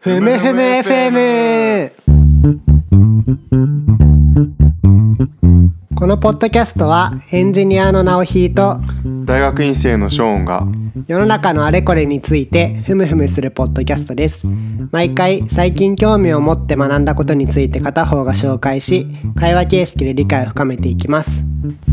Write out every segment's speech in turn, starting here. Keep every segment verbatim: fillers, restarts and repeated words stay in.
ふむふむ エフエム。 このポッドキャストはエンジニアのナオヒーと大学院生のショーンが世の中のあれこれについてふむふむするポッドキャストです。毎回最近興味を持って学んだことについて片方が紹介し、会話形式で理解を深めていきます。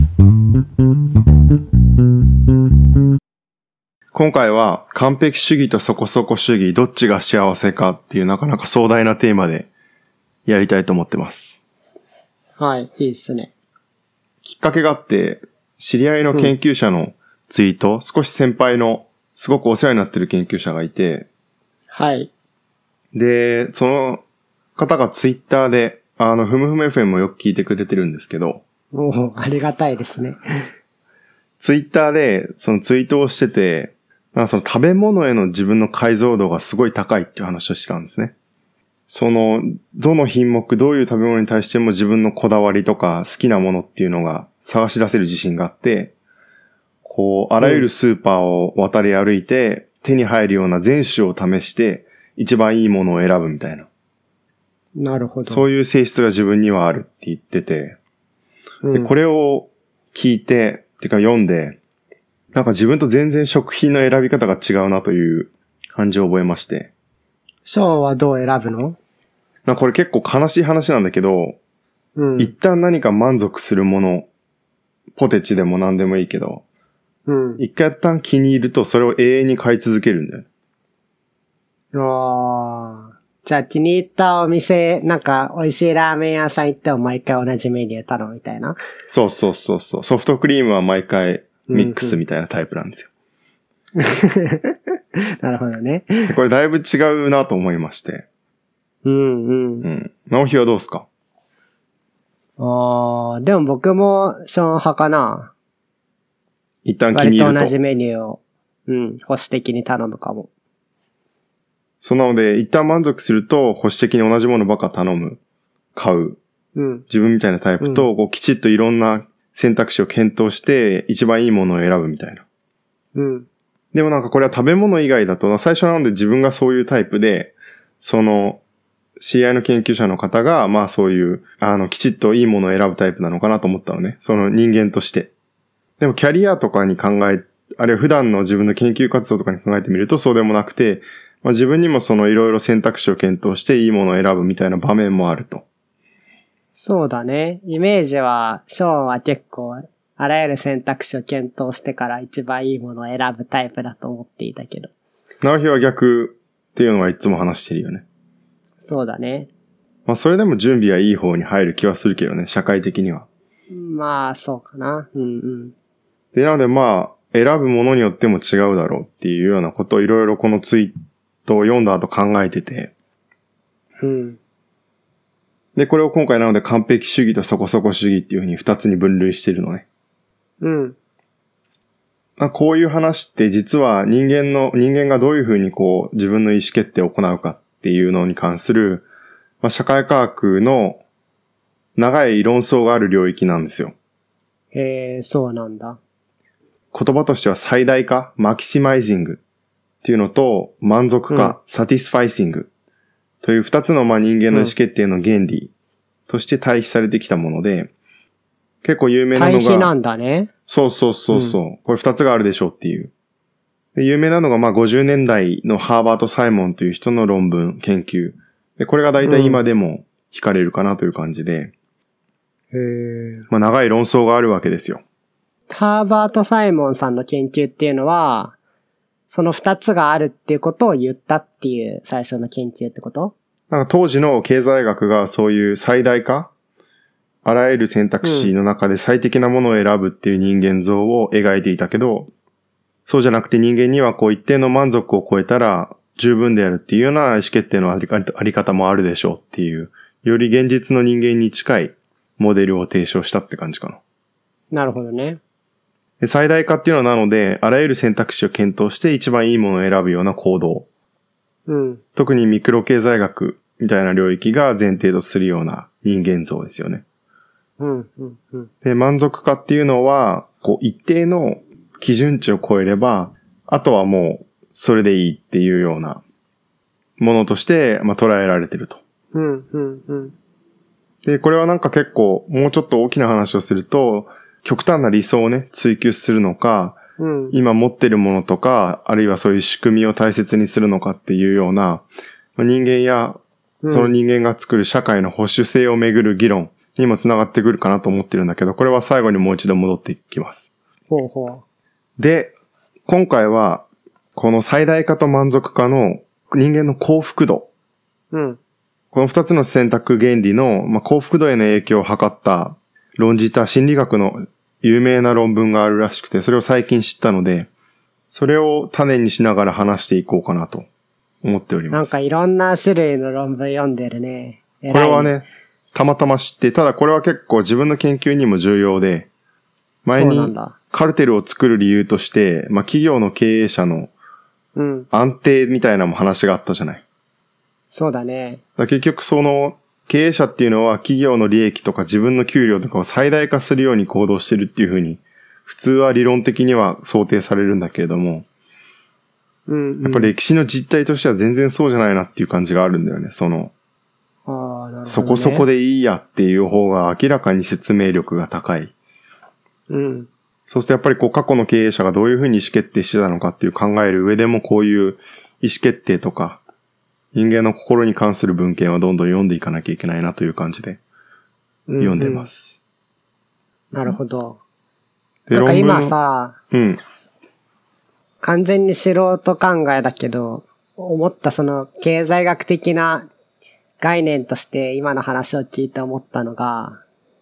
今回は完璧主義とそこそこ主義どっちが幸せかっていうなかなか壮大なテーマでやりたいと思ってます。 はい、いいっすね。 きっかけがあって、知り合いの研究者のツイート、うん、少し先輩のすごくお世話になってる研究者がいて、 はい。 で、その方がツイッターで、あの、ふむふむ エフエム もよく聞いてくれてるんですけど、 おお、ありがたいですね。 ツイッターでそのツイートをしてて、なんかその食べ物への自分の解像度がすごい高いっていう話をしてたんですね。その、どの品目、どういう食べ物に対しても自分のこだわりとか好きなものっていうのが探し出せる自信があって、こう、あらゆるスーパーを渡り歩いて、手に入るような全種を試して、一番いいものを選ぶみたいな。 なるほど。 そういう性質が自分にはあるって言ってて、 うん、 でこれを聞いて、てか読んで、なんか自分と全然食品の選び方が違うなという感じを覚えまして。 ショーンはどう選ぶの？ なんかこれ結構悲しい話なんだけど、うん、一旦何か満足するもの、ポテチでも何でもいいけど、うん、一回一旦気に入るとそれを永遠に買い続けるんだよ。 ああ。じゃあ気に入ったお店、なんか美味しいラーメン屋さん行っても毎回同じメニュー頼むみたいな。 そうそうそうそう。ソフトクリームは毎回ミックスみたいなタイプなんですよ。 うんうん、なるほどね。 これだいぶ違うなと思いまして。 うんうん。 うん。直樹はどうですか？ ああ、でも僕もショーン派かな。 一旦気に入ると。 割と同じメニューを、うん、保守的に頼むかも。 そうなので、一旦満足すると保守的に同じものばっか頼む、買う。うん、自分みたいなタイプと、うん、こうきちっといろんな選択肢を検討して一番いいものを選ぶみたいな。うん。でもなんかこれは食べ物以外だと、最初なので自分がそういうタイプで、その、知り合いの研究者の方が、まあそういう、あの、きちっといいものを選ぶタイプなのかなと思ったのね。その人間として。でもキャリアとかに考え、あるいは普段の自分の研究活動とかに考えてみるとそうでもなくて、まあ、自分にもそのいろいろ選択肢を検討していいものを選ぶみたいな場面もあると。 そうだね。イメージは、ショーンは結構、あらゆる選択肢を検討してから一番いいものを選ぶタイプだと思っていたけど。 直樹は逆っていうのはいつも話してるよね。 そうだね。 まあそれでも準備はいい方に入る気はするけどね、社会的には。 まあそうかな。うんうん。 で、なのでまあ、選ぶものによっても違うだろうっていうようなことをいろいろこのツイートを読んだ後考えてて。 うん。 で、これを今回なので完璧主義とそこそこ主義っていうふうに二つに分類してるのね。 うん。 まあ、こういう話って実は人間の、人間がどういうふうにこう自分の意思決定を行うかっていうのに関する、まあ、社会科学の長い論争がある領域なんですよ。 へえ、そうなんだ。 言葉としては最大化、マキシマイジングっていうのと満足化、サティスファイシングという二つのまあ人間の意思決定の原理として対比されてきたもので、結構有名なのが。 対比なんだね。 そうそうそうそう、うん。これ二つがあるでしょうっていう。で有名なのがまあごじゅうねんだいのハーバート・サイモンという人の論文、研究。でこれが大体今でも惹かれるかなという感じで。 うん、へまあ長い論争があるわけですよ。 ハーバート・サイモンさんの研究っていうのは、その二つがあるっていうことを言ったっていう最初の研究ってこと？ なんか当時の経済学がそういう最大化、あらゆる選択肢の中で最適なものを選ぶっていう人間像を描いていたけど、そうじゃなくて人間にはこう一定の満足を超えたら十分であるっていうような意思決定のあり方もあるでしょうっていう、より現実の人間に近いモデルを提唱したって感じかな。 なるほどね。 で最大化っていうのはなので、あらゆる選択肢を検討して一番いいものを選ぶような行動。 うん。 特にミクロ経済学みたいな領域が前提とするような人間像ですよね。 うんうんうん。 で、満足化っていうのは、こう一定の基準値を超えれば、あとはもうそれでいいっていうようなものとして、まあ、捉えられてると。 うん、うん、うん。 で、これはなんか結構、もうちょっと大きな話をすると、極端な理想をね、追求するのか、うん、今持ってるものとか、あるいはそういう仕組みを大切にするのかっていうような、人間や、その人間が作る社会の保守性をめぐる議論にもつながってくるかなと思ってるんだけど、これは最後にもう一度戻っていきます。 ほうほう。 で、今回は、この最大化と満足化の人間の幸福度。 うん。 この二つの選択原理の、まあ、幸福度への影響を測った論じた心理学の有名な論文があるらしくて、それを最近知ったので、それを種にしながら話していこうかなと思っております。 なんかいろんな種類の論文読んでるね。 偉いね。これはね、たまたま知って、ただこれは結構自分の研究にも重要で、前にカルテルを作る理由として、まあ企業の経営者の安定みたいなも話があったじゃない。 そうだね。 だ結局その経営者っていうのは企業の利益とか自分の給料とかを最大化するように行動してるっていうふうに普通は理論的には想定されるんだけれども、 うんうん、 やっぱり歴史の実態としては全然そうじゃないなっていう感じがあるんだよね。その、 あー、なるほどね、 そこそこでいいやっていう方が明らかに説明力が高い。 うん。 そしてやっぱりこう過去の経営者がどういうふうに意思決定してたのかっていう考える上でもこういう意思決定とか人間の心に関する文献はどんどん読んでいかなきゃいけないなという感じで読んでます。 うんうん、なるほど。で、なんか今さ、 うん。 完全に素人考えだけど、思ったその経済学的な概念として今の話を聞いて思ったのが、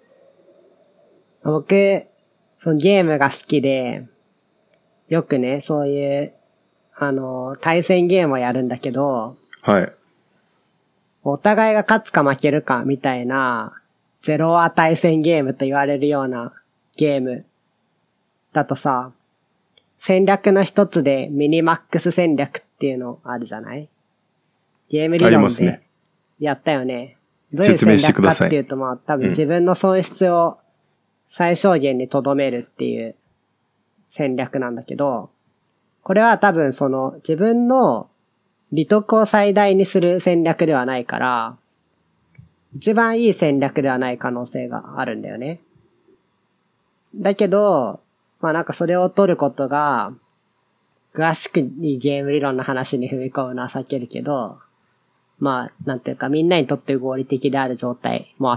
僕、そのゲームが好きで、よくね、そういう、あの、対戦ゲームをやるんだけど、 はい。 お互いが勝つか負けるかみたいな、ゼロワ対戦ゲームと言われるようなゲームだとさ、戦略の一つでミニマックス戦略っていうのあるじゃない？ゲーム理論でやったよね。どういう戦略かっていうと、まあ多分自分の損失を最小限に留めるっていう戦略なんだけど、これは多分その自分の利得を最大にする戦略ではないから、一番いい戦略ではない可能性があるんだよね。だけど、まあなんかそれを取ることが、詳しくにゲーム理論の話に踏み込むのは避けるけど、まあなんていうかみんなにとって合理的である状態もあって、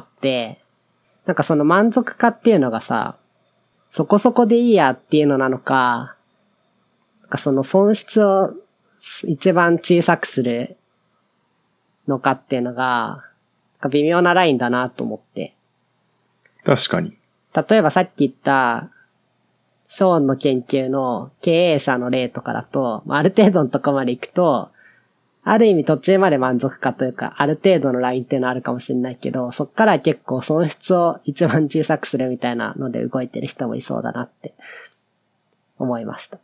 なんかその満足化っていうのがさ、そこそこでいいやっていうのなのか、なんかその損失を一番小さくするのかっていうのが、微妙なラインだなと思って。 確かに。 例えばさっき言った、ショーンの研究の経営者の例とかだと、ある程度のとこまで行くと、ある意味途中まで満足かというか、ある程度のラインっていうのはあるかもしれないけど、そっから結構損失を一番小さくするみたいなので動いてる人もいそうだなって思いました。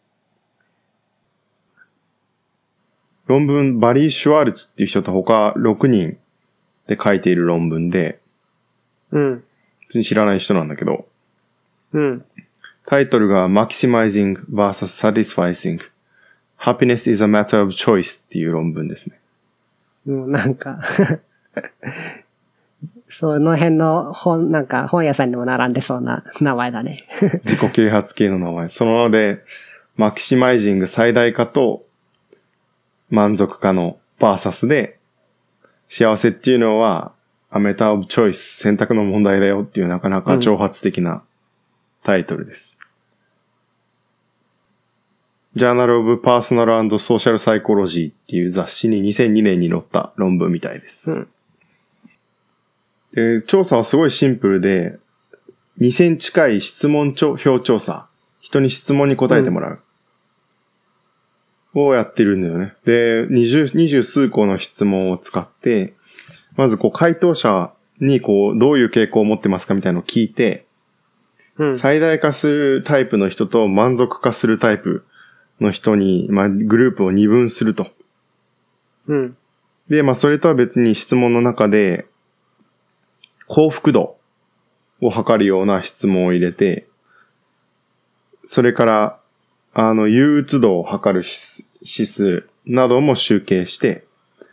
論文、バリー・シュワルツっていう人と他ろくにんで書いている論文で、 うん。 普通に知らない人なんだけど、 うん。 タイトルが Maximizing versus Satisfying Happiness is a Matter of Choice っていう論文ですね。 うん、なんかその辺の本、なんか本屋さんにも並んでそうな名前だね。 自己啓発系の名前。そのままで、マキシマイジング最大化と満足化のバーサスで、幸せっていうのは、a matter of choice 選択の問題だよっていうなかなか挑発的なタイトルです。うん、Journal of Personal and Social Psychology っていう雑誌ににせんにねんに載った論文みたいです。うん、で、調査はすごいシンプルで、にせん近い質問票調査、人に質問に答えてもらう。うん、をやってるんだよね。で、二十、二十数個の質問を使って、まずこう回答者にこうどういう傾向を持ってますかみたいなのを聞いて、うん、最大化するタイプの人と満足化するタイプの人に、まあ、グループを二分すると。 うん、 で、まあそれとは別に質問の中で幸福度を測るような質問を入れて、それからあの憂鬱度を測る指数なども集計して、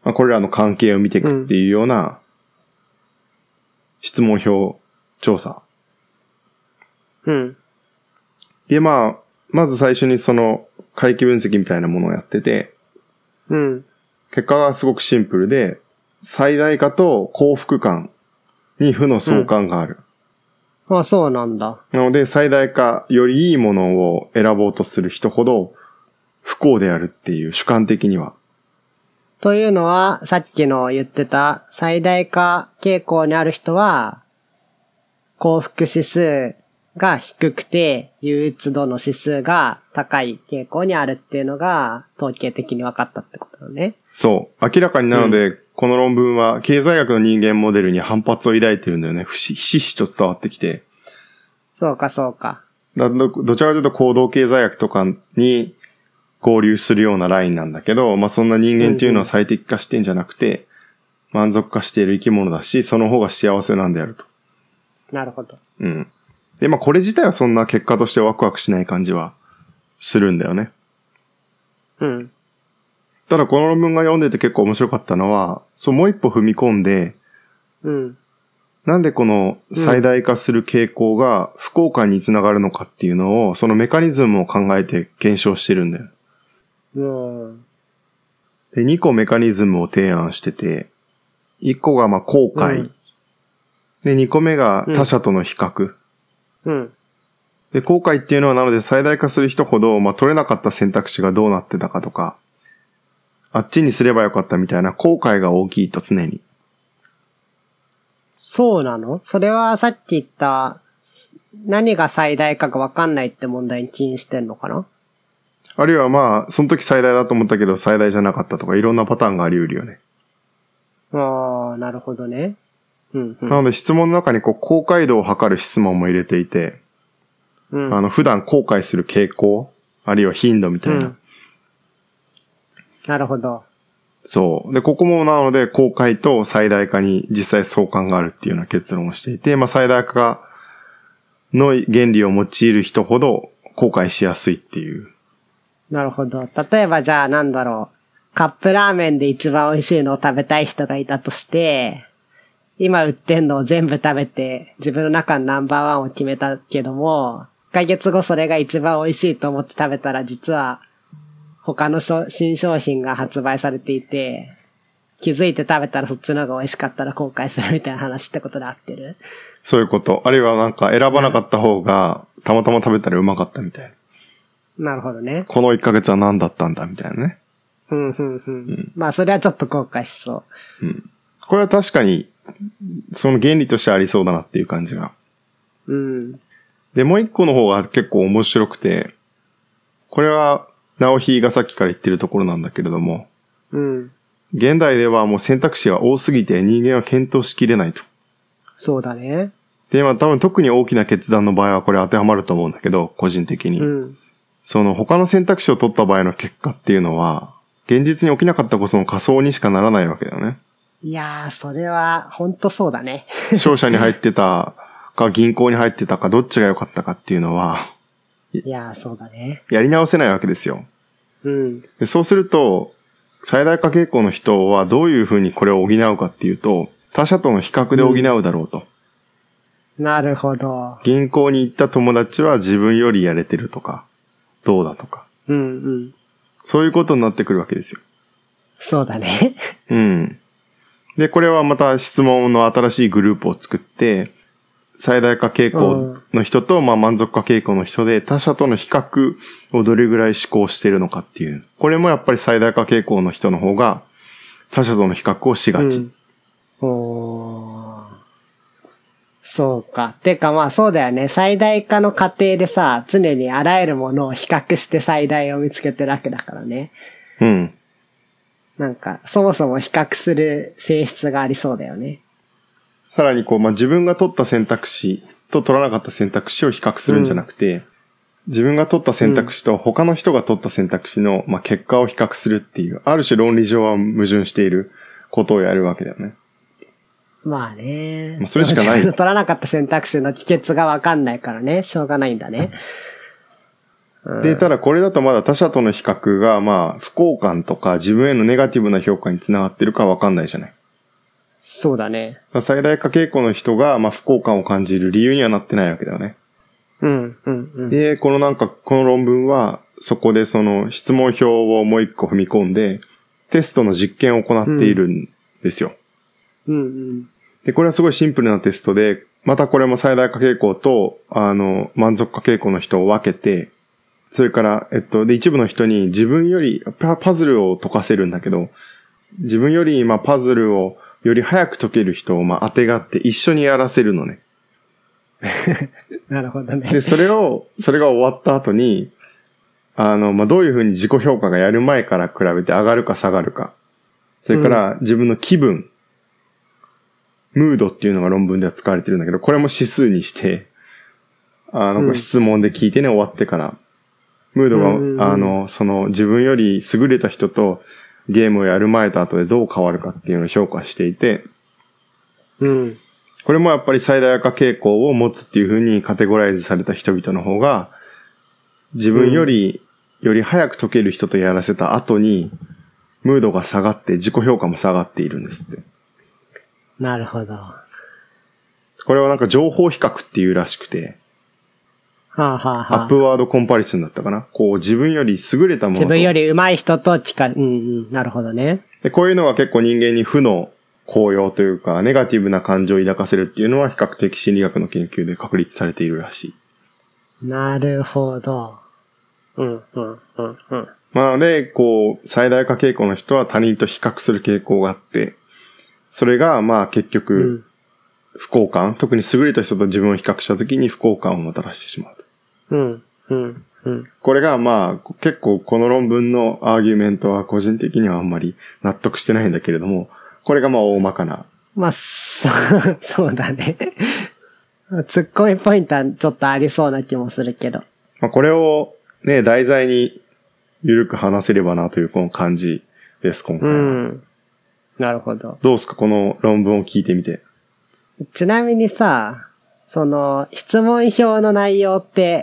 まあ、これらの関係を見ていくっていうような質問票調査。 うん。 で、まあ、まず最初にその回帰分析みたいなものをやってて、 うん。 結果がすごくシンプルで、最大化と幸福感に負の相関がある。 うん、あ、そうなんだ。 なので、最大化、よりいいものを選ぼうとする人ほど不幸であるっていう主観的には。 というのは、さっきの言ってた最大化傾向にある人は、幸福指数が低くて、憂鬱度の指数が高い傾向にあるっていうのが、統計的に分かったってことだね。 そう。明らかになので、うん、この論文は経済学の人間モデルに反発を抱いてるんだよね。ひしひしと伝わってきて。 そうか、そうか。 だど、どちらかというと行動経済学とかに合流するようなラインなんだけど、まあ、そんな人間っていうのは最適化してんじゃなくて、うんうん、満足化している生き物だし、その方が幸せなんであると。 なるほど。 うん。で、まあ、これ自体はそんな結果としてワクワクしない感じはするんだよね。 うん。 ただこの論文が読んでて結構面白かったのは、そうもう一歩踏み込んで、 うん。 なんでこの最大化する傾向が不幸感につながるのかっていうのを、そのメカニズムを考えて検証してるんだよ。 うん。 で、にこメカニズムを提案してて、いっこがまあ後悔、うん、で、にこめが他者との比較、 うん。 で、後悔っていうのはなので最大化する人ほど、まあ取れなかった選択肢がどうなってたかとか、あっちにすればよかったみたいな後悔が大きいと常に。 そうなの？それはさっき言った何が最大かが分かんないって問題に起因してんのかな？ あるいはまあ、その時最大だと思ったけど最大じゃなかったとかいろんなパターンがあり得るよね。 ああ、なるほどね。うんうん、 なので質問の中にこう後悔度を測る質問も入れていて、うん、あの普段後悔する傾向、あるいは頻度みたいな。うん、 なるほど。 そう。で、ここもなので、後悔と最大化に実際相関があるっていうような結論をしていて、まあ最大化の原理を用いる人ほど後悔しやすいっていう。 なるほど。例えばじゃあなんだろう。カップラーメンで一番美味しいのを食べたい人がいたとして、今売ってんのを全部食べて、自分の中のナンバーワンを決めたけども、いっかげつごそれが一番美味しいと思って食べたら実は、他の新商品が発売されていて、気づいて食べたらそっちの方が美味しかったら後悔するみたいな話ってことで合ってる？ そういうこと。あるいはなんか選ばなかった方が、たまたま食べたらうまかったみたいな。なるほどね。 このいっかげつは何だったんだみたいなね。 うん、うん、うん。まあそれはちょっと後悔しそう。 うん。これは確かに、その原理としてありそうだなっていう感じが。 うん。 で、もう一個の方が結構面白くて、これは、直比がさっきから言ってるところなんだけれども、 うん。 現代ではもう選択肢が多すぎて人間は検討しきれないと。 そうだね。 で、まあ多分特に大きな決断の場合はこれ当てはまると思うんだけど、個人的に。 うん。 その他の選択肢を取った場合の結果っていうのは、現実に起きなかったことの仮想にしかならないわけだよね。 いやー、それは本当そうだね。 商社に入ってたか銀行に入ってたかどっちが良かったかっていうのは、 いやー、そうだね。 やり直せないわけですよ。 うん。 でそうすると、最大化傾向の人はどういうふうにこれを補うかっていうと、他者との比較で補うだろうと。 うん、なるほど。 銀行に行った友達は自分よりやれてるとか、どうだとか。 うんうん。 そういうことになってくるわけですよ。 そうだね。 うん。で、これはまた質問の新しいグループを作って、最大化傾向の人と、まあ満足化傾向の人で他者との比較をどれぐらい思考しているのかっていう。これもやっぱり最大化傾向の人の方が他者との比較をしがち。 うん、おー。そうか。てかまあそうだよね。最大化の過程でさ、常にあらゆるものを比較して最大を見つけてるわけだからね。 うん。 なんか、そもそも比較する性質がありそうだよね。 さらにこう、まあ、自分が取った選択肢と取らなかった選択肢を比較するんじゃなくて、うん、自分が取った選択肢と他の人が取った選択肢の、まあ、結果を比較するっていう、ある種論理上は矛盾していることをやるわけだよね。 まあね。 まあ、それしかない。 自分の取らなかった選択肢の帰結がわかんないからね、しょうがないんだね。 で、ただこれだとまだ他者との比較が、まあ、不幸感とか自分へのネガティブな評価につながってるかわかんないじゃない。 そうだね。 最大化傾向の人が、まあ、不幸感を感じる理由にはなってないわけだよね。 うん、うん、うん。 で、このなんか、この論文は、そこでその質問票をもう一個踏み込んで、テストの実験を行っているんですよ。 うん、うん、 で、これはすごいシンプルなテストで、またこれも最大化傾向と、あの、満足化傾向の人を分けて、それから、えっと、で、一部の人に自分よりパ、パズルを解かせるんだけど、自分より、まあ、パズルをより早く解ける人を、まあ、当てがって一緒にやらせるのね。 なるほどね。 で、それを、それが終わった後に、あの、まあ、どういうふうに自己評価がやる前から比べて上がるか下がるか。それから、自分の気分、うん、ムードっていうのが論文では使われてるんだけど、これも指数にして、あの、うん、質問で聞いてね、終わってから、ムードが、うんうん、あの、その自分より優れた人とゲームをやる前と後でどう変わるかっていうのを評価していて、 うん。 これもやっぱり最大化傾向を持つっていう風にカテゴライズされた人々の方が、自分より、うん、より早く解ける人とやらせた後に、ムードが下がって自己評価も下がっているんですって。 なるほど。 これはなんか情報比較っていうらしくて、 はあはあはあ、 アップワードコンパリソンだったかな。こう自分より優れたものと。 自分より上手い人と近い。うんうん。なるほどね。 で、こういうのが結構人間に負の効用というか、ネガティブな感情を抱かせるっていうのは比較的心理学の研究で確立されているらしい。なるほど。うんうんうんうん。 まあで、こう、最大化傾向の人は他人と比較する傾向があって、それがまあ結局、うん、不幸感、特に優れた人と自分を比較したときに不幸感をもたらしてしまう。 うん、うん、うん。 これがまあ、結構この論文のアーギュメントは個人的にはあんまり納得してないんだけれども、これがまあ大まかな。 まあ、そ、そうだね。ツッコミポイントはちょっとありそうな気もするけど。 まあこれをね、題材に緩く話せればなというこの感じです、今回は。うん。 なるほど。 どうですか、この論文を聞いてみて。 ちなみにさ、その、質問票の内容って、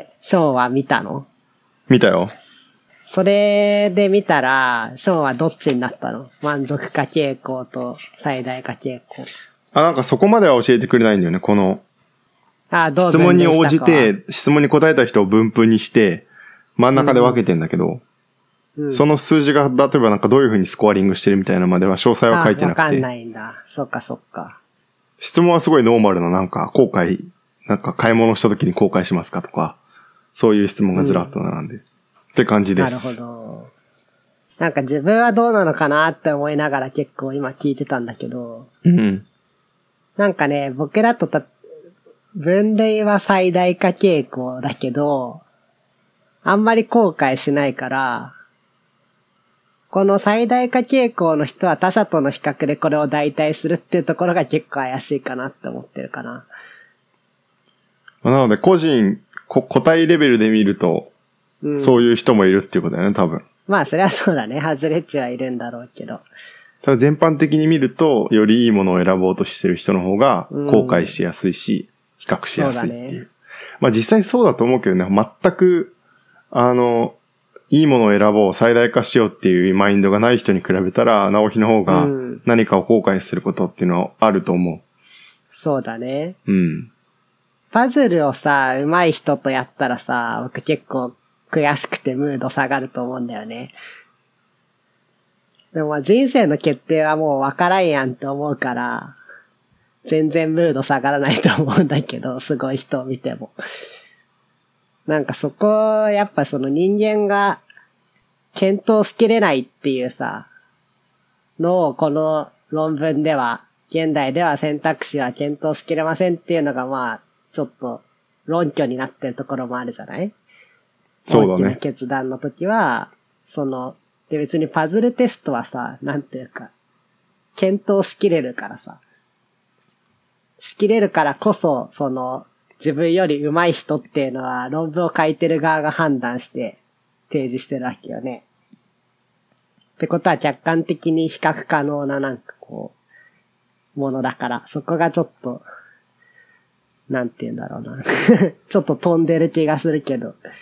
ショーンは見たの？ 見たよ。 それで見たら、ショーンはどっちになったの？満足化傾向と最大化傾向。 あ、なんかそこまでは教えてくれないんだよね、この。 あ、どう質問に応じて、質問に答えた人を分布にして、真ん中で分けてんだけど、うん、その数字が、例えばなんかどういう風にスコアリングしてるみたいなまでは詳細は書いてなくて。 わかんないんだ。そっかそっか。 質問はすごいノーマルな、なんか後悔、なんか買い物した時に後悔しますかとか、そういう質問がずらっと並んで、うん、って感じです。 なるほど。なんか自分はどうなのかなって思いながら結構今聞いてたんだけど、 うん。 なんかね、僕らとた、分類は最大化傾向だけど、あんまり後悔しないから、この最大化傾向の人は他者との比較でこれを代替するっていうところが結構怪しいかなって思ってるかな。 なので個人、こ個体レベルで見ると、うん、そういう人もいるっていうことだよね、多分。 まあそれはそうだね。外れ値はいるんだろうけど。 ただ全般的に見ると、よりいいものを選ぼうとしてる人の方が後悔しやすいし、うん、比較しやすいっていう。ね、まあ実際そうだと思うけどね、全く、あの、いいものを選ぼう、最大化しようっていうマインドがない人に比べたら、直樹の方が何かを後悔することっていうのはあると思う。 そうだね。 うん。 パズルをさ、上手い人とやったらさ、僕結構悔しくてムード下がると思うんだよね。でも人生の決定はもう分からんやんって思うから、全然ムード下がらないと思うんだけど、すごい人を見ても。なんかそこ、やっぱその人間が検討しきれないっていうさ、のをこの論文では、現代では選択肢は検討しきれませんっていうのがまあ、ちょっと論拠になってるところもあるじゃない？ そうだね。 大きな決断の時は、その、で別にパズルテストはさ、なんていうか、検討しきれるからさ、しきれるからこそ、その、自分より上手い人っていうのは論文を書いてる側が判断して提示してるわけよね。ってことは客観的に比較可能ななんかこう、ものだから、そこがちょっと、なんて言うんだろうな。ちょっと飛んでる気がするけど。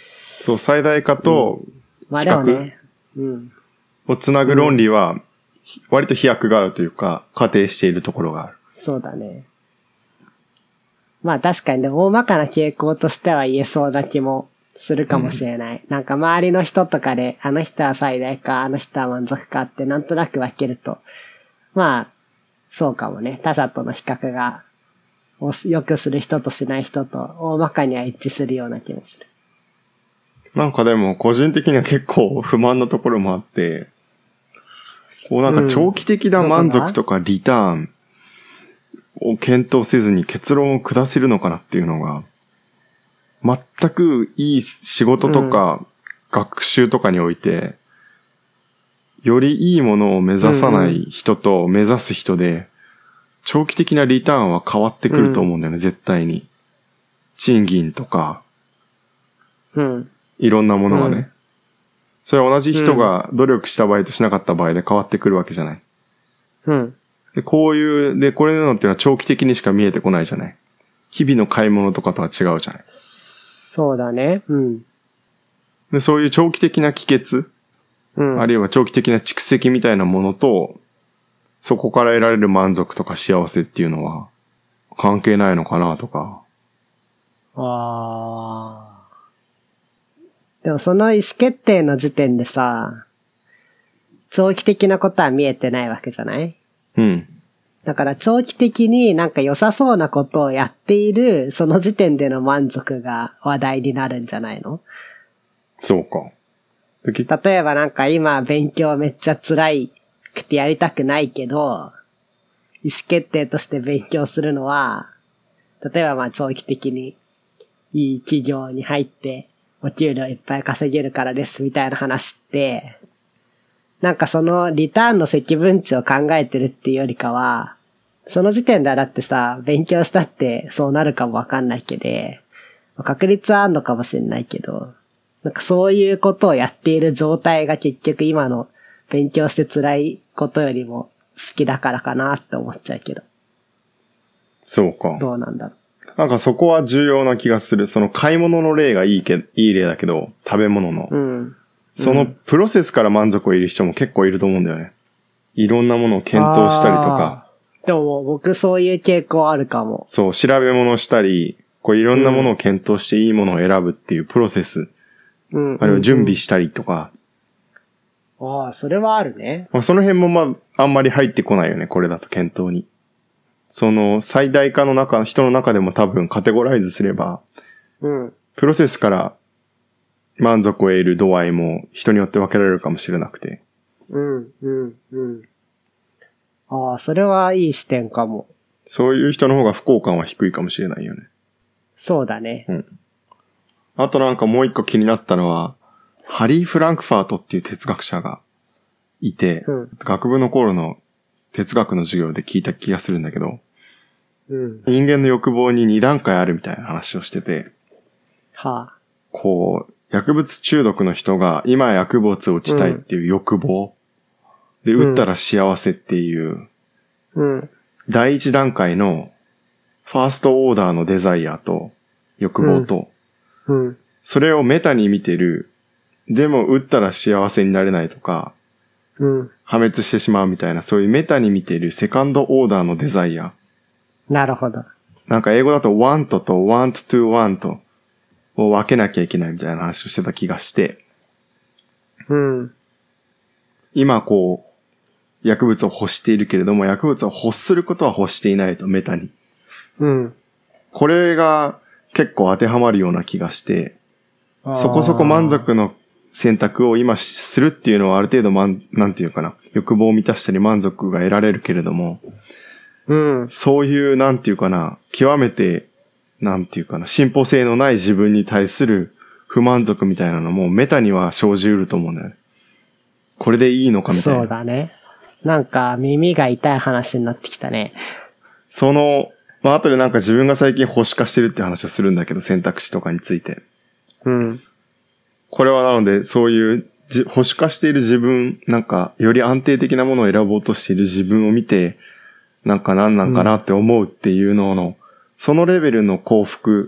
そう、最大化とまあでもね、うん。 をつなぐ論理は、割と飛躍があるというか、仮定しているところがある。 そうだね。まあ確かにね、大まかな傾向としては言えそうな気もするかもしれない。うん、なんか周りの人とかで、あの人は最大か、あの人は満足かってなんとなく分けると、まあ、そうかもね。他者との比較が、よくする人としない人と大まかには一致するような気もする。 なんかでも個人的には結構不満なところもあって、こうなんか長期的な満足とかリターンを検討せずに結論を下せるのかなっていうのが、全くいい仕事とか学習とかにおいて、よりいいものを目指さない人と目指す人で、長期的なリターンは変わってくると思うんだよね、絶対に。賃金とか、いろんなものがね。それは同じ人が努力した場合としなかった場合で変わってくるわけじゃない。 うん。 で、こういう、で、これのっていうのは長期的にしか見えてこないじゃない。日々の買い物とかとは違うじゃない。 そうだね。うん。 で、そういう長期的な帰結、うん、あるいは長期的な蓄積みたいなものと、そこから得られる満足とか幸せっていうのは関係ないのかなとか。 ああ。でもその意思決定の時点でさ、長期的なことは見えてないわけじゃない？ うん。 だから長期的になんか良さそうなことをやっている、その時点での満足が話題になるんじゃないの？ そうか。 例えばなんか今勉強めっちゃ辛いくてやりたくないけど、意思決定として勉強するのは、例えばまあ長期的にいい企業に入ってお給料いっぱい稼げるからですみたいな話って、なんかそのリターンの積分値を考えてるっていうよりかは、その時点ではだってさ、勉強したってそうなるかもわかんないけど、確率はあんのかもしれないけど、なんかそういうことをやっている状態が結局今の勉強して辛いことよりも好きだからかなって思っちゃうけど。 そうか。 どうなんだろう。なんかそこは重要な気がする。その買い物の例がいいけ、いい例だけど、食べ物の。 うん。 そのプロセスから満足を得る人も結構いると思うんだよね。いろんなものを検討したりとか。 でも僕そういう傾向あるかも。 そう、調べ物したり、こういろんなものを検討していいものを選ぶっていうプロセス。 うん。 あるいは準備したりとか。 うんうん、ああ、それはあるね。 まあ、その辺もまあ、あんまり入ってこないよね、これだと検討に。その最大化の中、人の中でも多分カテゴライズすれば、 うん。 プロセスから満足を得る度合いも人によって分けられるかもしれなくて。 うん、うん、うん。ああ、それはいい視点かも。 そういう人の方が不幸感は低いかもしれないよね。 そうだね。 うん。あとなんかもう一個気になったのは、ハリー・フランクファートっていう哲学者がいて、 うん、 学部の頃の哲学の授業で聞いた気がするんだけど、 うん、 人間の欲望にに段階あるみたいな話をしてて、 はあ、 こう、薬物中毒の人が今薬物を打ちたいっていう欲望、うん、で、打ったら幸せっていう、 うん、 第一段階のファーストオーダーのデザイアと欲望と、 うんうん、 それをメタに見てる、でも打ったら幸せになれないとか、 うん、 破滅してしまうみたいな、そういうメタに見てるセカンドオーダーのデザイア。 なるほど。 なんか英語だと want と want to want を分けなきゃいけないみたいな話をしてた気がして、 うん。 今こう、薬物を欲しているけれども、薬物を欲することは欲していないと、メタに。 うん。 これが結構当てはまるような気がして、そこそこ満足の選択を今するっていうのはある程度満、なんていうかな、欲望を満たしたり満足が得られるけれども、 うん。 そういう、なんていうかな、極めて、なんていうかな、進歩性のない自分に対する不満足みたいなのもメタには生じうると思うんだよね。これでいいのかみたいな。 そうだね。なんか耳が痛い話になってきたね。 その、まあ後でなんか自分が最近保守化してるって話をするんだけど、選択肢とかについて。 うん。 これはなので、そういう保守化している自分、なんかより安定的なものを選ぼうとしている自分を見て、なんか何なんかなって思うっていうのの、うん、そのレベルの幸福、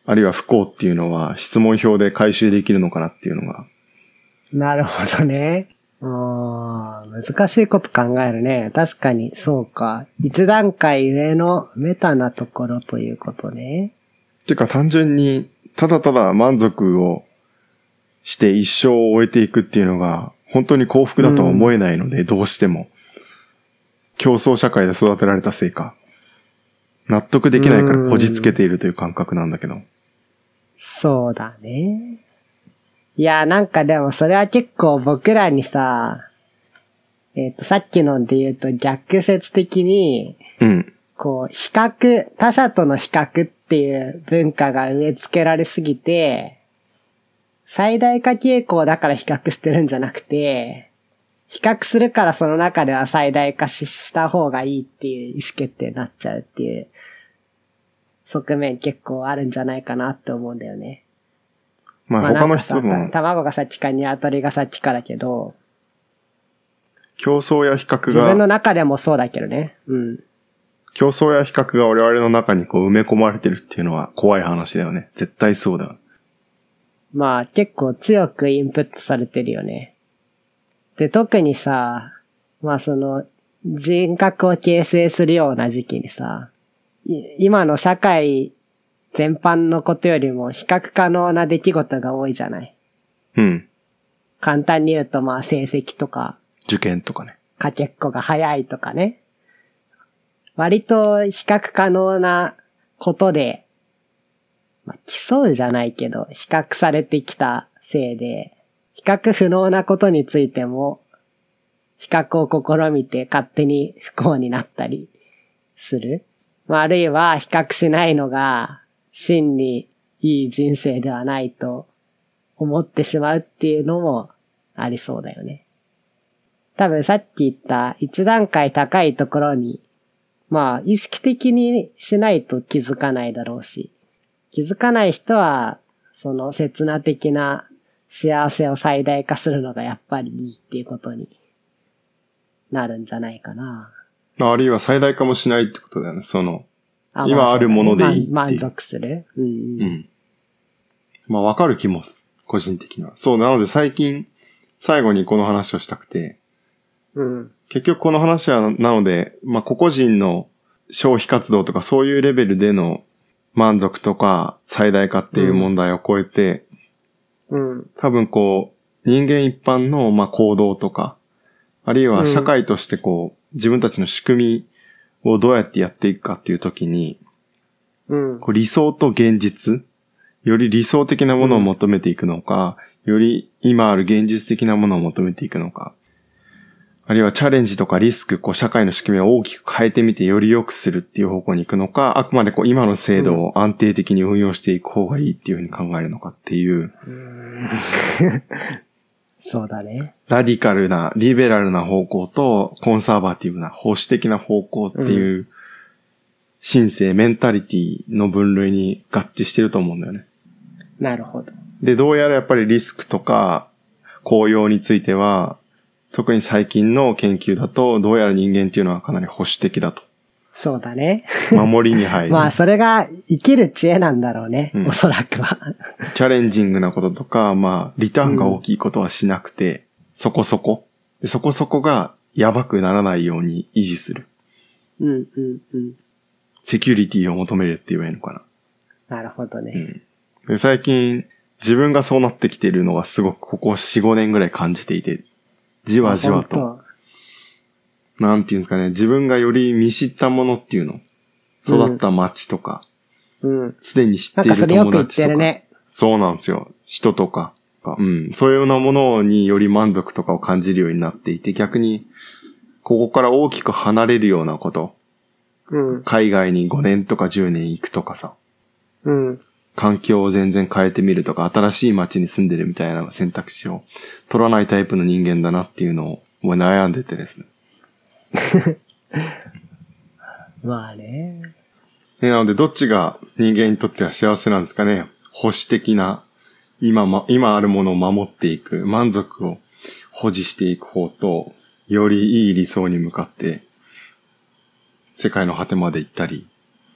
あるいは不幸っていうのは質問票で回収できるのかなっていうのが。 なるほどね。ああ、難しいこと考えるね。確かに、そうか。一段階上のメタなところということね。 てか単純に、ただただ満足をして一生を終えていくっていうのが、本当に幸福だとは思えないので、うん、どうしても。競争社会で育てられたせいか。納得できないからこじつけているという感覚なんだけど。 そうだね。いや、なんかでもそれは結構僕らにさ、えっと、さっきので言うと逆説的に、 うん。 こう、比較、他者との比較っていう文化が植え付けられすぎて、最大化傾向だから比較してるんじゃなくて、比較するからその中では最大化した方がいいっていう意思決定になっちゃうっていう側面結構あるんじゃないかなって思うんだよね。 まあ他の人も。 卵が先か鶏が先かだけど。 競争や比較が。 自分の中でもそうだけどね。うん。 競争や比較が我々の中にこう埋め込まれてるっていうのは怖い話だよね。絶対そうだ。 まあ結構強くインプットされてるよね。で、特にさ、まあその人格を形成するような時期にさ、今の社会全般のことよりも比較可能な出来事が多いじゃない。 うん。 簡単に言うとまあ成績とか。 受験とかね。 かけっこが早いとかね。割と比較可能なことで、まあ、競うじゃないけど、比較されてきたせいで、比較不能なことについても、比較を試みて勝手に不幸になったりする。まあ、あるいは比較しないのが真にいい人生ではないと思ってしまうっていうのもありそうだよね。多分さっき言った一段階高いところに、まあ意識的にしないと気づかないだろうし、気づかない人はその刹那的な幸せを最大化するのがやっぱりいいっていうことになるんじゃないかな。 あるいは最大化もしないってことだよね。その、あ今あるものでいいっていう。 満足する。うん、うん。うん。 まあわかる気もす。個人的には。そう、なので最近、最後にこの話をしたくて。 うん。 結局この話はなので、まあ個々人の消費活動とかそういうレベルでの満足とか最大化っていう問題を超えて、 うん。 多分こう、人間一般のまあ行動とか、あるいは社会としてこう、自分たちの仕組みをどうやってやっていくかっていうときに、 うん、 こう理想と現実、より理想的なものを求めていくのか、うん、より今ある現実的なものを求めていくのか、あるいはチャレンジとかリスク、こう社会の仕組みを大きく変えてみてより良くするっていう方向に行くのか、あくまでこう今の制度を安定的に運用していく方がいいっていうふうに考えるのかっていう。 うん、そうだね。 ラディカルな、リベラルな方向とコンサーバティブな保守的な方向っていう、うん、心性、メンタリティの分類に合致してると思うんだよね。 なるほど。 で、どうやらやっぱりリスクとか効用については、特に最近の研究だと、どうやら人間っていうのはかなり保守的だと。 そうだね。 守りに入る。 まあ、それが生きる知恵なんだろうね。うん、おそらくは。 チャレンジングなこととか、まあ、リターンが大きいことはしなくて、うん、そこそこ。でそこそこがやばくならないように維持する。 うんうんうん。 セキュリティを求めるって言えばいいのかな。なるほどね。 うん、で最近、自分がそうなってきているのがすごくここよん、ごねんぐらい感じていて、じわじわと。なんていうんですかね、自分がより見知ったものっていうの。育った街とか。 うん。 すでに知っている友達とか。 なんかそれよく言ってるね。 そうなんですよ。人とか。うん。そういうようなものにより満足とかを感じるようになっていて、逆に、ここから大きく離れるようなこと。 うん。 海外にごねんとかじゅうねん行くとかさ。 うん。 環境を全然変えてみるとか、新しい街に住んでるみたいな選択肢を取らないタイプの人間だなっていうのをもう悩んでてですね。 まあね。 なので、どっちが人間にとっては幸せなんですかね。保守的な、今ま、今あるものを守っていく、満足を保持していく方と、よりいい理想に向かって、世界の果てまで行ったり、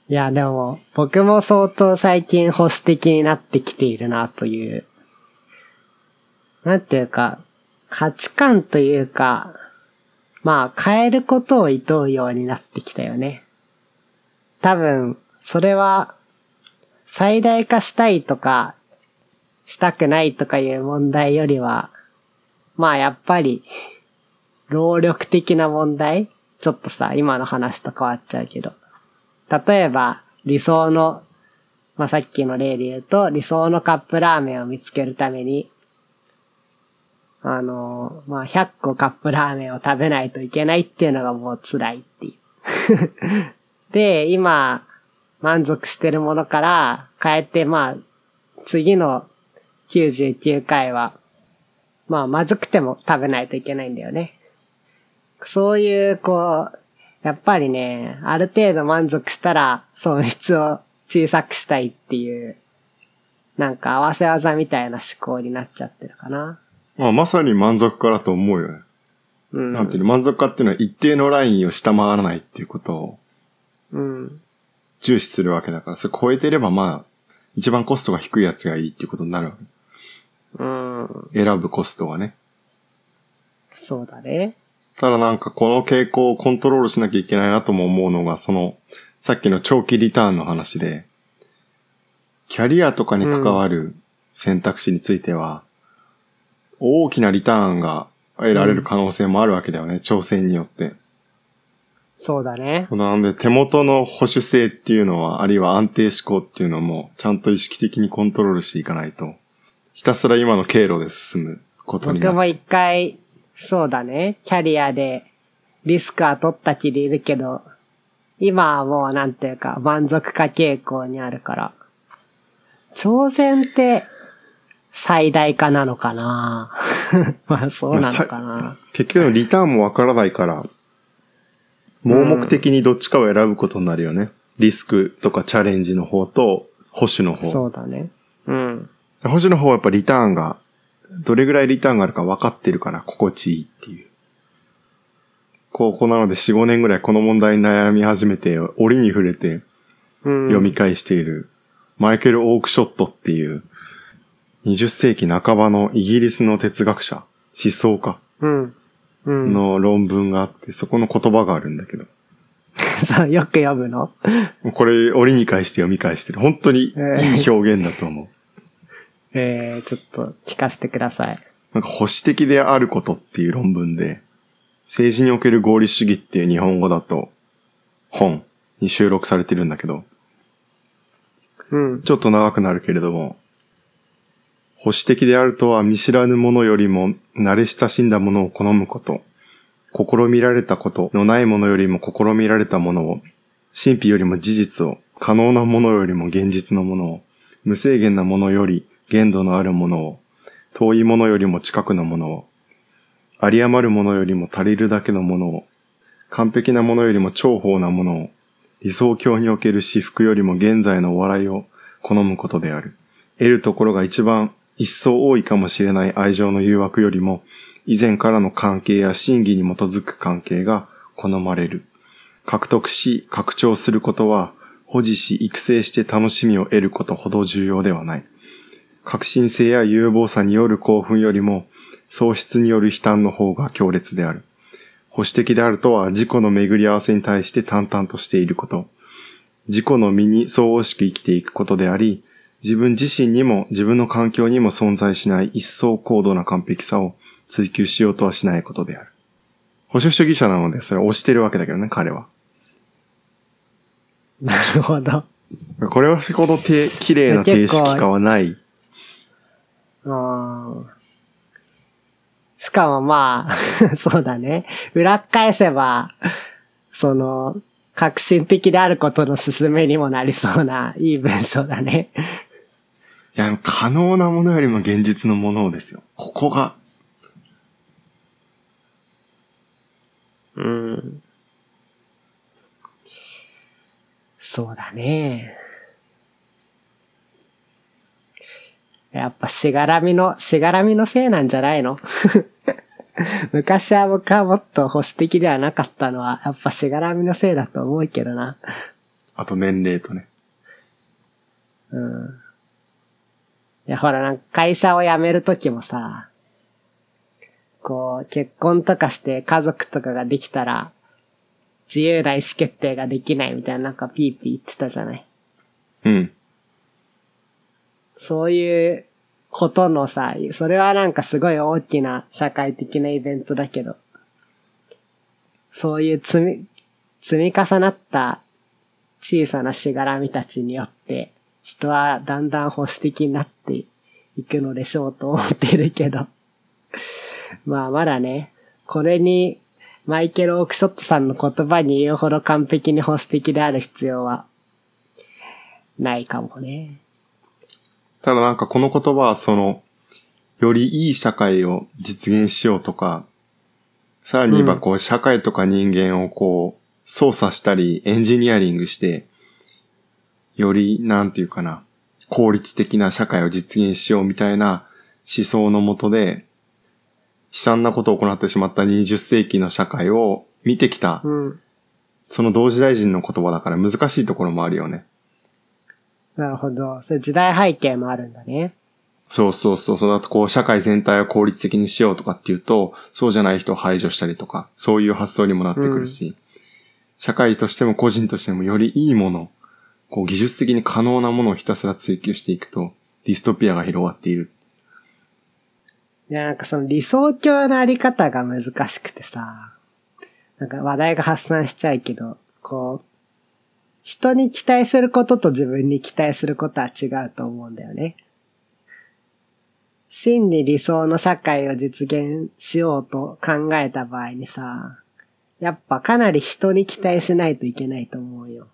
いや、でも、僕も相当最近保守的になってきているなという、なんていうか、価値観というか、まあ、変えることを厭うようになってきたよね。多分、それは、最大化したいとか、したくないとかいう問題よりは、まあやっぱり、労力的な問題？ちょっとさ、今の話と変わっちゃうけど。例えば、理想の、まあさっきの例で言うと、理想のカップラーメンを見つけるために、あの、まあひゃっこカップラーメンを食べないといけないっていうのがもう辛いっていう。で、今、満足してるものから変えて、まあ、次のきゅうじゅうきゅうかいは、まあ、まずくても食べないといけないんだよね。そういう、こう、やっぱりね、ある程度満足したら損失を小さくしたいっていう、なんか合わせ技みたいな思考になっちゃってるかな。 まあ、まさに満足化だと思うよね。うん。なんていうの、満足化っていうのは一定のラインを下回らないっていうことを、 うん。 重視するわけだから、それ超えてればまあ、一番コストが低いやつがいいっていうことになるわけ。 うん。 選ぶコストはね。 そうだね。 ただなんかこの傾向をコントロールしなきゃいけないなとも思うのが、その、さっきの長期リターンの話で、キャリアとかに関わる選択肢については、うん、大きなリターンが得られる可能性もあるわけだよね、うん、挑戦によって。 そうだね。 なので手元の保守性っていうのは、あるいは安定志向っていうのも、ちゃんと意識的にコントロールしていかないと、ひたすら今の経路で進むことになる。 僕も一回、そうだね。キャリアでリスクは取ったきりいるけど、今はもうなんていうか満足化傾向にあるから。挑戦って最大化なのかなまあそうなのかな。 結局リターンもわからないから、盲目的にどっちかを選ぶことになるよね。うん、リスクとかチャレンジの方と保守の方。 そうだね。うん。 保守の方はやっぱリターンが、どれぐらいリターンがあるか分かってるから心地いいっていう。こう、なのでよん、ごねんぐらいこの問題に悩み始めて、折に触れて読み返している、うん、マイケル・オークショットっていう、にじゅっせいきなかばのイギリスの哲学者、思想家の論文があって、そこの言葉があるんだけど。 そう、よく読むの？ これ、折に返して読み返してる。本当にいい表現だと思う。 えー、ちょっと聞かせてください。 なんか保守的であることっていう論文で、政治における合理主義っていう日本語だと本に収録されてるんだけど、 うん、 ちょっと長くなるけれども、保守的であるとは見知らぬものよりも慣れ親しんだものを好むこと、試みられたことのないものよりも試みられたものを、神秘よりも事実を、可能なものよりも現実のものを、無制限なものより限度のあるものを、遠いものよりも近くのものを、有り余るものよりも足りるだけのものを、完璧なものよりも超法なものを、理想郷における至福よりも現在のお笑いを好むことである。得るところが一番一層多いかもしれない愛情の誘惑よりも、以前からの関係や真偽に基づく関係が好まれる。獲得し、拡張することは、保持し、育成して楽しみを得ることほど重要ではない。革新性や有望さによる興奮よりも、喪失による悲嘆の方が強烈である。保守的であるとは、自己の巡り合わせに対して淡々としていること。自己の身に相応しく生きていくことであり、自分自身にも自分の環境にも存在しない一層高度な完璧さを追求しようとはしないことである。保守主義者なので、それを推してるわけだけどね、彼は。 なるほど。 これはそれほど綺麗な定式化はない。 あしかもまあ、そうだね。裏返せば、その、革新的であることの勧めにもなりそうな、いい文章だね。 いや、可能なものよりも現実のものをですよ。ここが。 うん。そうだね。やっぱしがらみの、しがらみのせいなんじゃないの昔は僕はもっと保守的ではなかったのは、やっぱしがらみのせいだと思うけどな。 あと年齢とね。 うん。いや、ほら、なんか会社を辞めるときもさ、こう、結婚とかして家族とかができたら、自由な意思決定ができないみたいななんかピーピー言ってたじゃない。 うん。 そういうことのさ、それはなんかすごい大きな社会的なイベントだけど、そういう積み、積み重なった小さなしがらみたちによって、人はだんだん保守的になっていくのでしょうと思っているけど。まあまだね、これにマイケル・オークショットさんの言葉に言うほど完璧に保守的である必要はないかもね。 ただなんかこの言葉はその、よりいい社会を実現しようとか、さらに言えばこう、社会とか人間をこう、操作したりエンジニアリングして、よりなんていうかな、効率的な社会を実現しようみたいな思想のもとで、悲惨なことを行ってしまったにじゅっ世紀の社会を見てきた、うん、その同時代人の言葉だから難しいところもあるよね。 なるほど。それ時代背景もあるんだね。 そうそうそう。そうだとこう社会全体を効率的にしようとかっていうと、そうじゃない人を排除したりとか、そういう発想にもなってくるし、うん、社会としても個人としてもよりいいもの、こう技術的に可能なものをひたすら追求していくと、ディストピアが広がっている。 いや、なんかその理想郷のあり方が難しくてさ、なんか話題が発散しちゃうけど、こう、人に期待することと自分に期待することは違うと思うんだよね。真に理想の社会を実現しようと考えた場合にさ、やっぱかなり人に期待しないといけないと思うよ。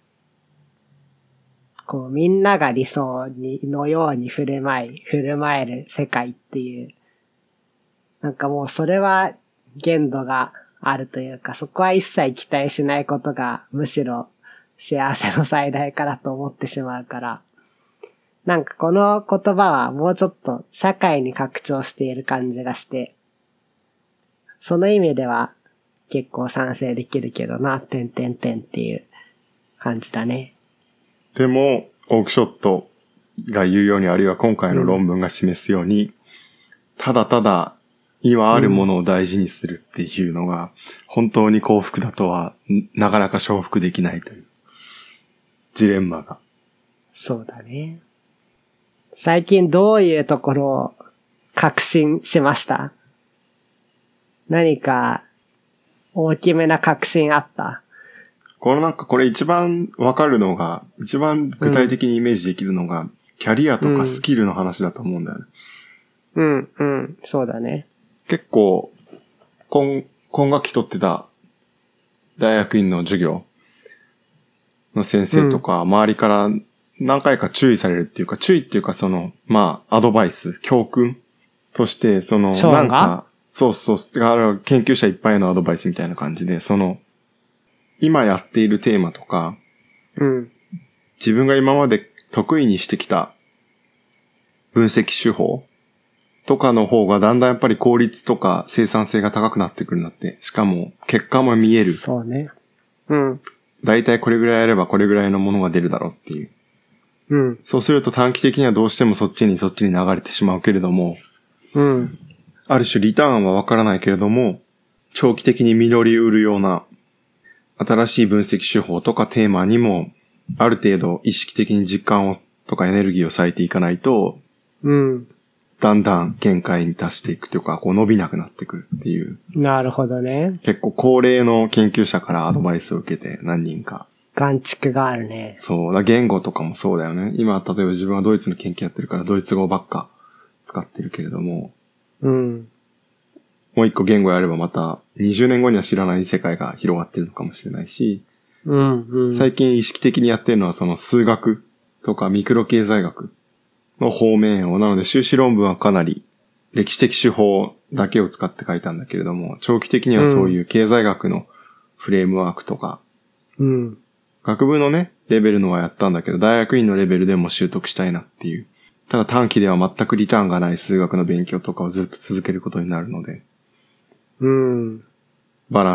こうみんなが理想にのように振る舞い、振る舞える世界っていう、なんかもうそれは限度があるというか、そこは一切期待しないことがむしろ幸せの最大化だと思ってしまうから、なんかこの言葉はもうちょっと社会に拡張している感じがして、その意味では結構賛成できるけどな、てんてんてんっていう感じだね。 でも、オークショットが言うように、あるいは今回の論文が示すように、うん、ただただ今あるものを大事にするっていうのが、本当に幸福だとは、なかなか承服できないというジレンマが。 そうだね。最近どういうところを確信しました？何か大きめな確信あった？ このなんかこれ一番わかるのが、一番具体的にイメージできるのが、うん、キャリアとかスキルの話だと思うんだよね。 うん、うん、うん、そうだね。 結構、今、今学期取ってた大学院の授業の先生とか、うん、周りから何回か注意されるっていうか、注意っていうかその、まあ、アドバイス、教訓として、その、なんか、そうそう、研究者いっぱいのアドバイスみたいな感じで、その、今やっているテーマとか、 うん、 自分が今まで得意にしてきた分析手法とかの方がだんだんやっぱり効率とか生産性が高くなってくるんだって。しかも結果も見える。 そうね。うん。 だいたいこれぐらいやればこれぐらいのものが出るだろうっていう。 うん。 そうすると短期的にはどうしてもそっちにそっちに流れてしまうけれども、 うん。 ある種リターンはわからないけれども、長期的に実り得るような新しい分析手法とかテーマにもある程度意識的に時間をとかエネルギーを割いていかないと、 うん。 だんだん限界に達していくというか、こう伸びなくなってくるっていう。 なるほどね。 結構高齢の研究者からアドバイスを受けて何人か。 眼蓄があるね。 そう。言語とかもそうだよね。今、例えば自分はドイツの研究やってるからドイツ語ばっか使ってるけれども。 うん。 もう一個言語やればまたにじゅうねんごには知らない世界が広がってるのかもしれないし。 うんうん。 最近意識的にやってるのはその数学とかミクロ経済学の方面を、なので修士論文はかなり歴史的手法だけを使って書いたんだけれども、長期的にはそういう経済学のフレームワークとか、 うん、 学部のね、レベルのはやったんだけど、大学院のレベルでも習得したいなっていう。ただ短期では全くリターンがない数学の勉強とかをずっと続けることになるので、 うん。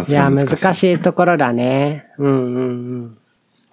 バランスが難しい。 いや、難しいところだね。うんうんうん。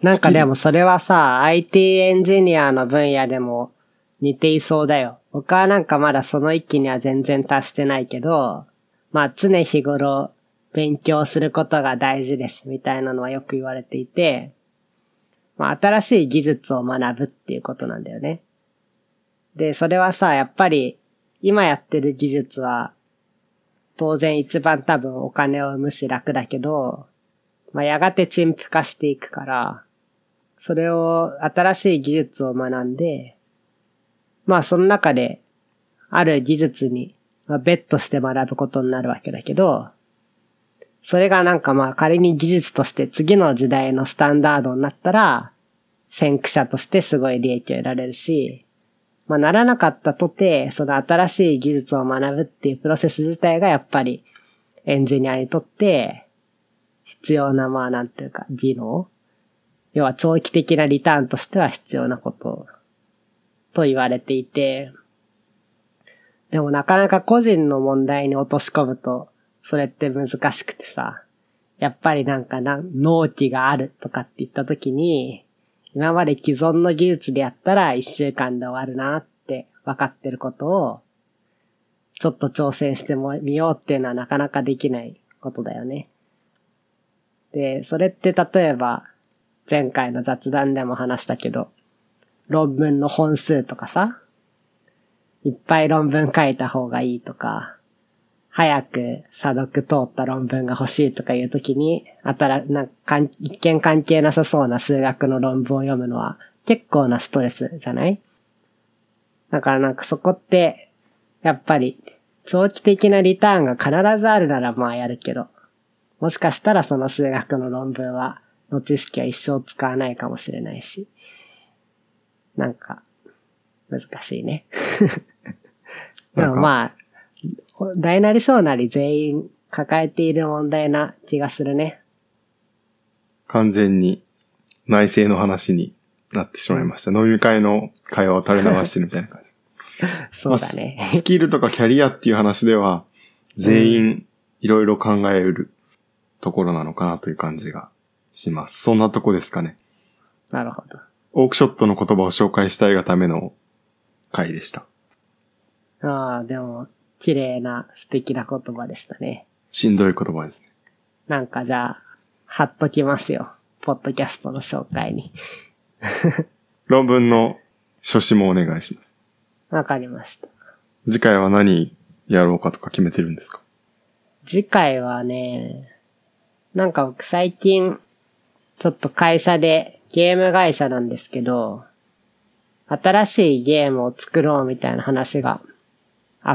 なんかでもそれはさ、アイティー エンジニアの分野でも似ていそうだよ。僕はなんかまだその域には全然達してないけど、まあ常日頃勉強することが大事ですみたいなのはよく言われていて、まあ新しい技術を学ぶっていうことなんだよね。で、それはさ、やっぱり今やってる技術は当然一番多分お金を生むし楽だけど、まあやがて陳腐化していくから、それを新しい技術を学んで、まあその中である技術にベットして学ぶことになるわけだけど、それがなんかまあ仮に技術として次の時代のスタンダードになったら、先駆者としてすごい利益を得られるし、まあならなかったとて、その新しい技術を学ぶっていうプロセス自体がやっぱりエンジニアにとって必要なまあなんていうか技能、要は長期的なリターンとしては必要なことと言われていて、でもなかなか個人の問題に落とし込むとそれって難しくてさ、やっぱりなんかな納期があるとかって言った時に、今まで既存の技術でやったら一週間で終わるなって分かってることをちょっと挑戦してみようっていうのはなかなかできないことだよね。で、それって例えば前回の雑談でも話したけど、論文の本数とかさ、いっぱい論文書いた方がいいとか、早く査読通った論文が欲しいとかいうときに、あたら、なんか、一見関係なさそうな数学の論文を読むのは結構なストレスじゃない？だからなんかそこって、やっぱり、長期的なリターンが必ずあるならまあやるけど、もしかしたらその数学の論文は、の知識は一生使わないかもしれないし、なんか、難しいね。でもまあ、大なり小なり全員抱えている問題な気がするね。 完全に内政の話になってしまいました。飲み会の会話を垂れ流してるみたいな感じ。 そうだね、 まあ。スキルとかキャリアっていう話では全員いろいろ考えうるところなのかなという感じがします。そんなとこですかね。 なるほど。 オークショットの言葉を紹介したいがための回でした。 ああ、でも、綺麗な素敵な言葉でしたね。 しんどい言葉ですね。 なんかじゃあ、貼っときますよ。ポッドキャストの紹介に。 論文の書詞もお願いします。 わかりました。 次回は何やろうかとか決めてるんですか？ 次回はね、なんか僕最近、ちょっと会社でゲーム会社なんですけど、新しいゲームを作ろうみたいな話があって、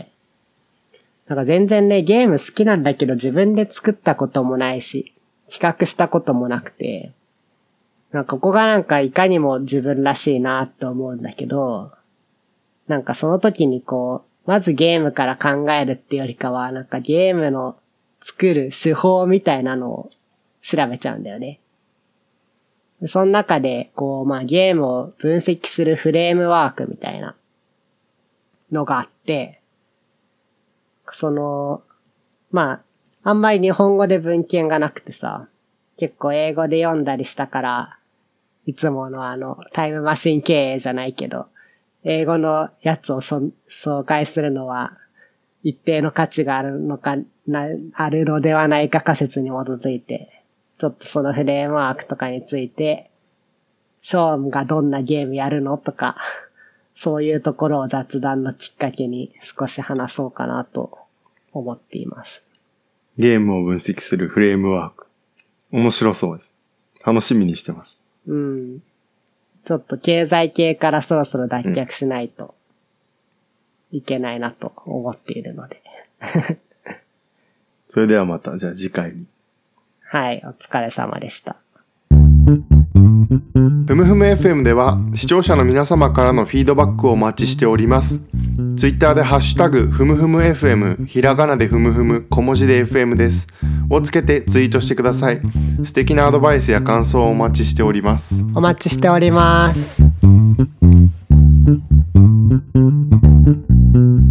なんか全然ね、ゲーム好きなんだけど自分で作ったこともないし、企画したこともなくて、なんかここがなんかいかにも自分らしいなって思うんだけど、なんかその時にこう、まずゲームから考えるってよりかは、なんかゲームの作る手法みたいなのを調べちゃうんだよね。その中で、こう、まあゲームを分析するフレームワークみたいなのがあって、その、まあ、あんまり日本語で文献がなくてさ、結構英語で読んだりしたから、いつものあの、タイムマシン経営じゃないけど、英語のやつをそ紹介するのは、一定の価値があるのか、な、あるのではないか仮説に基づいて、ちょっとそのフレームワークとかについて、ショーンがどんなゲームやるのとか、そういうところを雑談のきっかけに少し話そうかなと思っています。 ゲームを分析するフレームワーク。面白そうです。楽しみにしてます。 うん。ちょっと経済系からそろそろ脱却しないといけないなと思っているので。 それではまた、じゃあ次回に。 はい、お疲れ様でした。 ふむふむ エフエム では視聴者の皆様からのフィードバックをお待ちしております。ツイッターでハッシュタグふむふむ エフエム、ひらがなでふむふむ、小文字で エフエム です。をつけてツイートしてください。素敵なアドバイスや感想をお待ちしております。 お待ちしております。